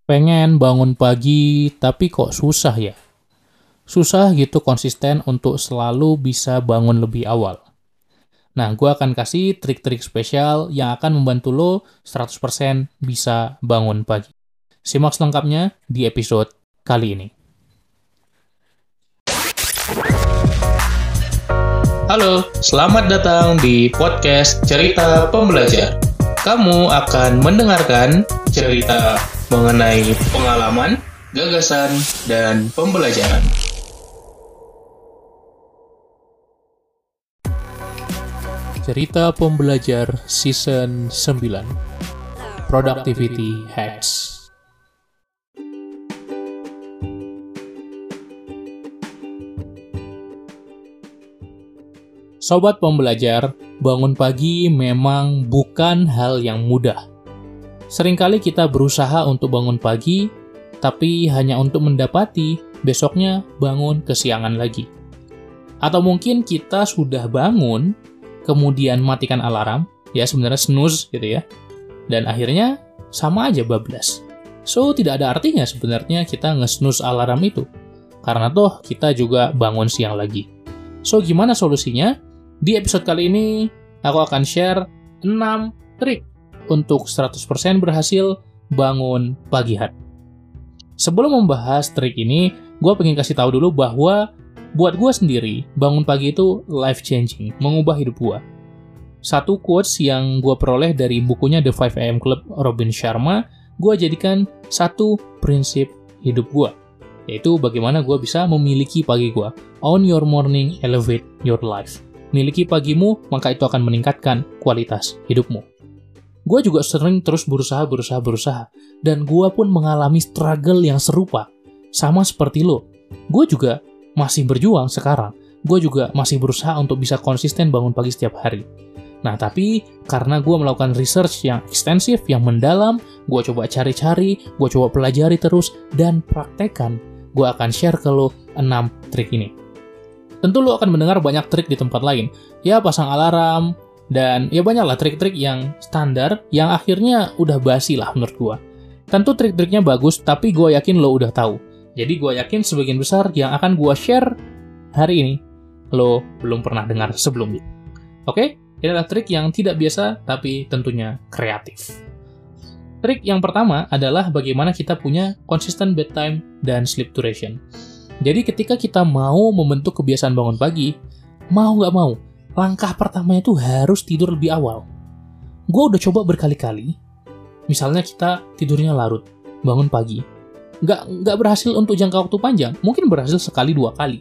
Pengen bangun pagi, tapi kok susah ya? Susah gitu konsisten untuk selalu bisa bangun lebih awal. Nah, gue akan kasih trik-trik spesial yang akan membantu lo 100% bisa bangun pagi. Simak selengkapnya di episode kali ini. Halo, selamat datang di podcast Cerita Pembelajar. Kamu akan mendengarkan cerita mengenai pengalaman, gagasan, dan pembelajaran. Cerita Pembelajar Season 9 Productivity Hacks. Sobat pembelajar, bangun pagi memang bukan hal yang mudah. Seringkali kita berusaha untuk bangun pagi, tapi hanya untuk mendapati besoknya bangun kesiangan lagi. Atau mungkin kita sudah bangun, kemudian matikan alarm, ya sebenarnya snooze gitu ya, dan akhirnya sama aja bablas. So, tidak ada artinya sebenarnya kita nge-snooze alarm itu, karena toh kita juga bangun siang lagi. So, gimana solusinya? Di episode kali ini, aku akan share 6 trik untuk 100% berhasil bangun pagi hari. Sebelum membahas trik ini, gue pengen kasih tahu dulu bahwa buat gue sendiri, bangun pagi itu life-changing, mengubah hidup gue. Satu quotes yang gue peroleh dari bukunya The 5 AM Club Robin Sharma, gue jadikan satu prinsip hidup gue, yaitu bagaimana gue bisa memiliki pagi gue. Own your morning, elevate your life. Miliki pagimu, maka itu akan meningkatkan kualitas hidupmu. Gue juga sering terus berusaha, dan gue pun mengalami struggle yang serupa, sama seperti lo. Gue juga masih berjuang sekarang. Gue juga masih berusaha untuk bisa konsisten bangun pagi setiap hari. Nah, tapi karena gue melakukan research yang ekstensif, yang mendalam, gue coba cari-cari, gue coba pelajari terus, dan praktekkan, gue akan share ke lo 6 trik ini. Tentu lo akan mendengar banyak trik di tempat lain. Ya, pasang alarm, dan ya banyaklah trik-trik yang standar, yang akhirnya udah basi lah menurut gue. Tentu trik-triknya bagus, tapi gue yakin lo udah tahu. Jadi gue yakin sebagian besar yang akan gue share hari ini, lo belum pernah dengar sebelumnya. Oke? Ini adalah trik yang tidak biasa, tapi tentunya kreatif. Trik yang pertama adalah bagaimana kita punya consistent bedtime dan sleep duration. Jadi ketika kita mau membentuk kebiasaan bangun pagi, mau nggak mau, langkah pertamanya itu harus tidur lebih awal. Gue udah coba berkali-kali, misalnya kita tidurnya larut, bangun pagi. Nggak berhasil untuk jangka waktu panjang, mungkin berhasil sekali 2 kali.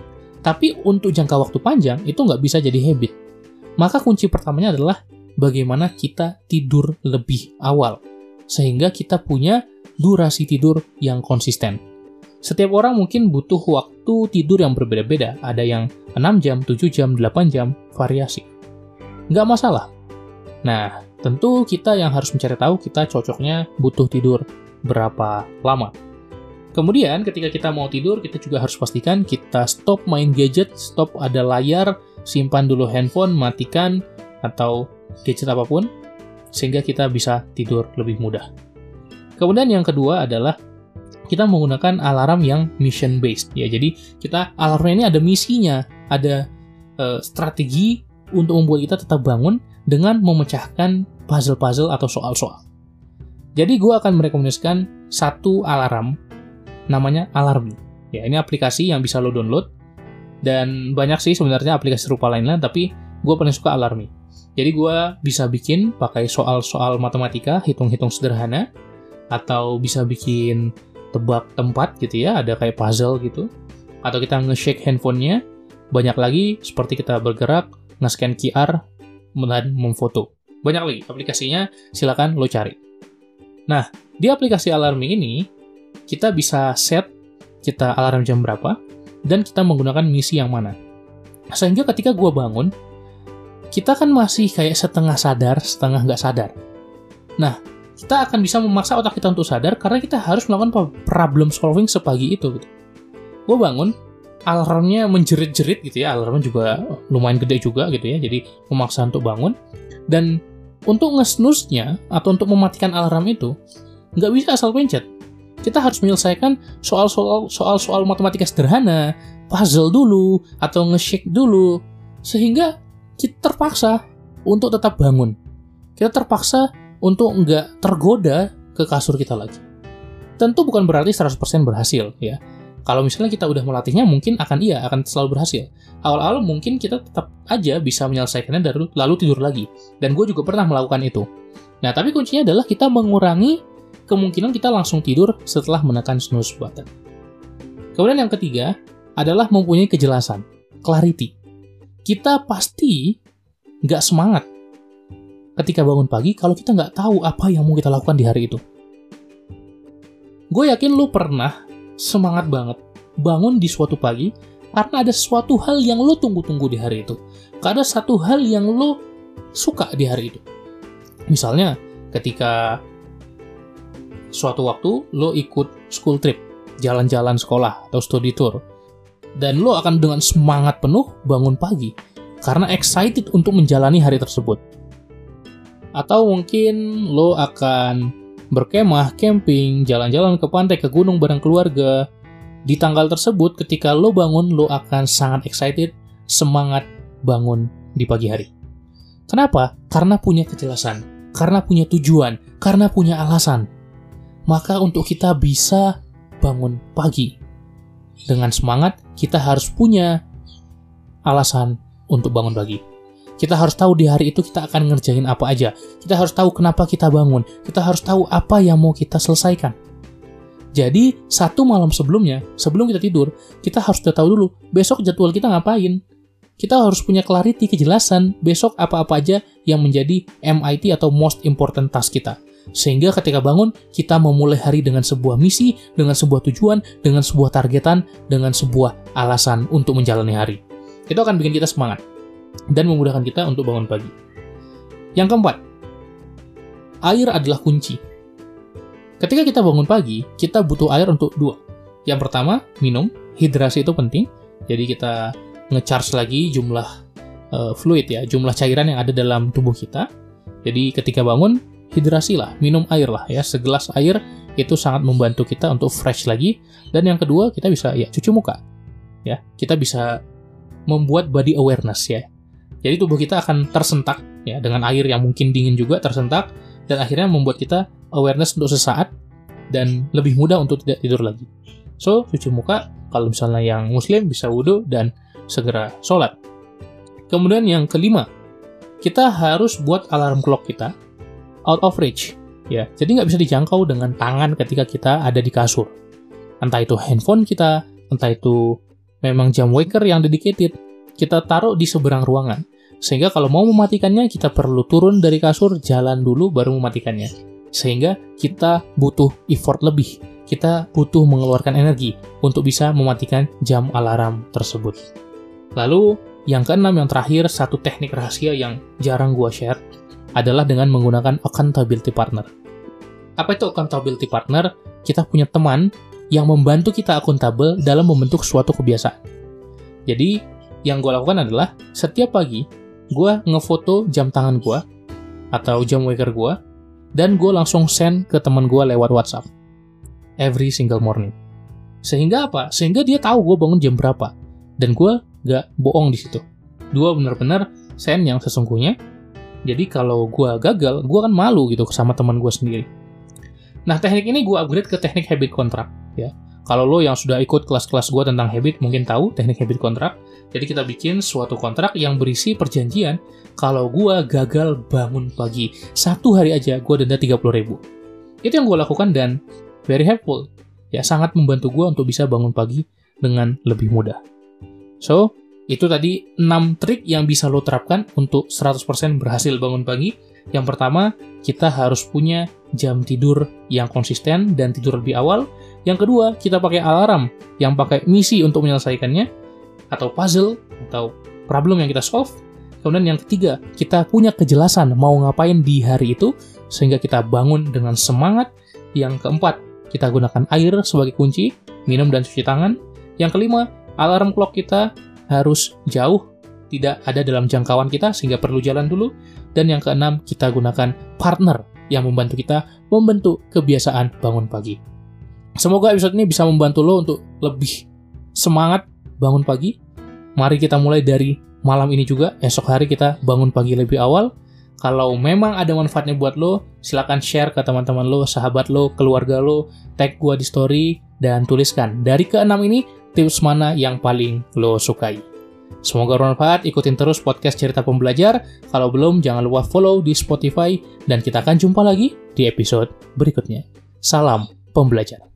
Tapi untuk jangka waktu panjang, itu nggak bisa jadi habit. Maka kunci pertamanya adalah bagaimana kita tidur lebih awal, sehingga kita punya durasi tidur yang konsisten. Setiap orang mungkin butuh waktu tidur yang berbeda-beda. Ada yang 6 jam, 7 jam, 8 jam, variasi. Nggak masalah. Nah, tentu kita yang harus mencari tahu kita cocoknya butuh tidur berapa lama. Kemudian, ketika kita mau tidur, kita juga harus pastikan kita stop main gadget, stop ada layar, simpan dulu handphone, matikan, atau gadget apapun, sehingga kita bisa tidur lebih mudah. Kemudian yang kedua adalah kita menggunakan alarm yang mission based ya. Jadi kita alarmnya ini ada misinya, ada strategi untuk membuat kita tetap bangun dengan memecahkan puzzle-puzzle atau soal-soal. Jadi gue akan merekomendasikan satu alarm namanya Alarmy. Ya, ini aplikasi yang bisa lo download dan banyak sih sebenarnya aplikasi serupa lainnya, tapi gue paling suka Alarmy. Jadi gue bisa bikin pakai soal-soal matematika, hitung-hitung sederhana, atau bisa bikin tebak tempat gitu ya, ada kayak puzzle gitu. Atau kita nge-shake handphonenya, banyak lagi seperti kita bergerak, nge-scan QR, dan memfoto. Banyak lagi aplikasinya, silakan lo cari. Nah, di aplikasi Alarmy ini, kita bisa set kita alarm jam berapa, dan kita menggunakan misi yang mana. Sehingga ketika gua bangun, kita kan masih kayak setengah sadar, setengah nggak sadar. Nah, kita akan bisa memaksa otak kita untuk sadar karena kita harus melakukan problem solving sepagi itu. Gitu. Gue bangun, alarmnya menjerit-jerit gitu ya, alarmnya juga lumayan gede juga gitu ya, jadi memaksa untuk bangun. Dan untuk nge-snooze-nya atau untuk mematikan alarm itu, nggak bisa asal pencet. Kita harus menyelesaikan soal-soal matematika sederhana, puzzle dulu, atau nge-shake dulu, sehingga kita terpaksa untuk tetap bangun. Kita terpaksa untuk nggak tergoda ke kasur kita lagi. Tentu bukan berarti 100% berhasil, ya. Kalau misalnya kita udah melatihnya, mungkin akan selalu berhasil. Awal-awal mungkin kita tetap aja bisa menyelesaikannya lalu tidur lagi. Dan gue juga pernah melakukan itu. Nah, tapi kuncinya adalah kita mengurangi kemungkinan kita langsung tidur setelah menekan snooze button. Kemudian yang ketiga adalah mempunyai kejelasan, clarity. Kita pasti nggak semangat ketika bangun pagi kalau kita nggak tahu apa yang mau kita lakukan di hari itu. Gue yakin lu pernah semangat banget bangun di suatu pagi karena ada sesuatu hal yang lo tunggu-tunggu di hari itu. Karena satu hal yang lo suka di hari itu. Misalnya, ketika suatu waktu lo ikut school trip, jalan-jalan sekolah atau study tour, dan lo akan dengan semangat penuh bangun pagi karena excited untuk menjalani hari tersebut. Atau mungkin lo akan berkemah, camping, jalan-jalan ke pantai, ke gunung bareng keluarga. Di tanggal tersebut, ketika lo bangun, lo akan sangat excited, semangat bangun di pagi hari. Kenapa? Karena punya kejelasan, karena punya tujuan, karena punya alasan. Maka untuk kita bisa bangun pagi dengan semangat, kita harus punya alasan untuk bangun pagi. Kita harus tahu di hari itu kita akan ngerjain apa aja. Kita harus tahu kenapa kita bangun. Kita harus tahu apa yang mau kita selesaikan. Jadi, satu malam sebelumnya, sebelum kita tidur, kita harus udah tahu dulu, besok jadwal kita ngapain. Kita harus punya clarity, kejelasan, besok apa-apa aja yang menjadi MIT atau most important task kita. Sehingga ketika bangun, kita memulai hari dengan sebuah misi, dengan sebuah tujuan, dengan sebuah targetan, dengan sebuah alasan untuk menjalani hari. Itu akan bikin kita semangat dan memudahkan kita untuk bangun pagi. Yang keempat, air adalah kunci. Ketika kita bangun pagi, kita butuh air untuk dua. Yang pertama, minum. Hidrasi itu penting. Jadi kita nge-charge lagi jumlah fluid ya, jumlah cairan yang ada dalam tubuh kita. Jadi ketika bangun, hidrasi lah, minum air lah ya. Segelas air itu sangat membantu kita untuk fresh lagi. Dan yang kedua, kita bisa ya cuci muka. Ya, kita bisa membuat body awareness ya. Jadi tubuh kita akan tersentak ya dengan air yang mungkin dingin juga tersentak dan akhirnya membuat kita awareness untuk sesaat dan lebih mudah untuk tidak tidur lagi. So, cuci muka, kalau misalnya yang muslim bisa wudhu dan segera sholat. Kemudian yang kelima, kita harus buat alarm clock kita out of reach ya. Jadi nggak bisa dijangkau dengan tangan ketika kita ada di kasur. Entah itu handphone kita, entah itu memang jam waker yang dedicated, kita taruh di seberang ruangan. Sehingga kalau mau mematikannya, kita perlu turun dari kasur, jalan dulu, baru mematikannya. Sehingga kita butuh effort lebih. Kita butuh mengeluarkan energi untuk bisa mematikan jam alarm tersebut. Lalu, yang keenam, yang terakhir, satu teknik rahasia yang jarang gua share, adalah dengan menggunakan accountability partner. Apa itu accountability partner? Kita punya teman yang membantu kita akuntabel dalam membentuk suatu kebiasaan. Jadi, yang gue lakukan adalah setiap pagi gue ngefoto jam tangan gue atau jam waker gue dan gue langsung send ke teman gue lewat WhatsApp every single morning. Sehingga apa? Sehingga dia tahu gue bangun jam berapa dan gue gak bohong di situ. Gue benar-benar send yang sesungguhnya. Jadi kalau gue gagal, gue kan malu gitu sama teman gue sendiri. Nah, teknik ini gue upgrade ke teknik habit contract ya. Kalau lo yang sudah ikut kelas-kelas gue tentang habit mungkin tahu teknik habit contract. Jadi kita bikin suatu kontrak yang berisi perjanjian kalau gue gagal bangun pagi. Satu hari aja gue denda 30.000. Itu yang gue lakukan dan very helpful. Ya, sangat membantu gue untuk bisa bangun pagi dengan lebih mudah. So, itu tadi 6 trik yang bisa lo terapkan untuk 100% berhasil bangun pagi. Yang pertama, kita harus punya jam tidur yang konsisten dan tidur lebih awal. Yang kedua, kita pakai alarm yang pakai misi untuk menyelesaikannya, atau puzzle, atau problem yang kita solve. Kemudian yang ketiga, kita punya kejelasan mau ngapain di hari itu, sehingga kita bangun dengan semangat. Yang keempat, kita gunakan air sebagai kunci, minum dan cuci tangan. Yang kelima, alarm clock kita harus jauh, tidak ada dalam jangkauan kita, sehingga perlu jalan dulu. Dan yang keenam, kita gunakan partner yang membantu kita membentuk kebiasaan bangun pagi. Semoga episode ini bisa membantu lo untuk lebih semangat bangun pagi. Mari kita mulai dari malam ini juga. Esok hari kita bangun pagi lebih awal. Kalau memang ada manfaatnya buat lo, silakan share ke teman-teman lo, sahabat lo, keluarga lo, tag gua di story, dan tuliskan dari keenam ini tips mana yang paling lo sukai. Semoga bermanfaat, ikutin terus podcast Cerita Pembelajar. Kalau belum, jangan lupa follow di Spotify, dan kita akan jumpa lagi di episode berikutnya. Salam pembelajar.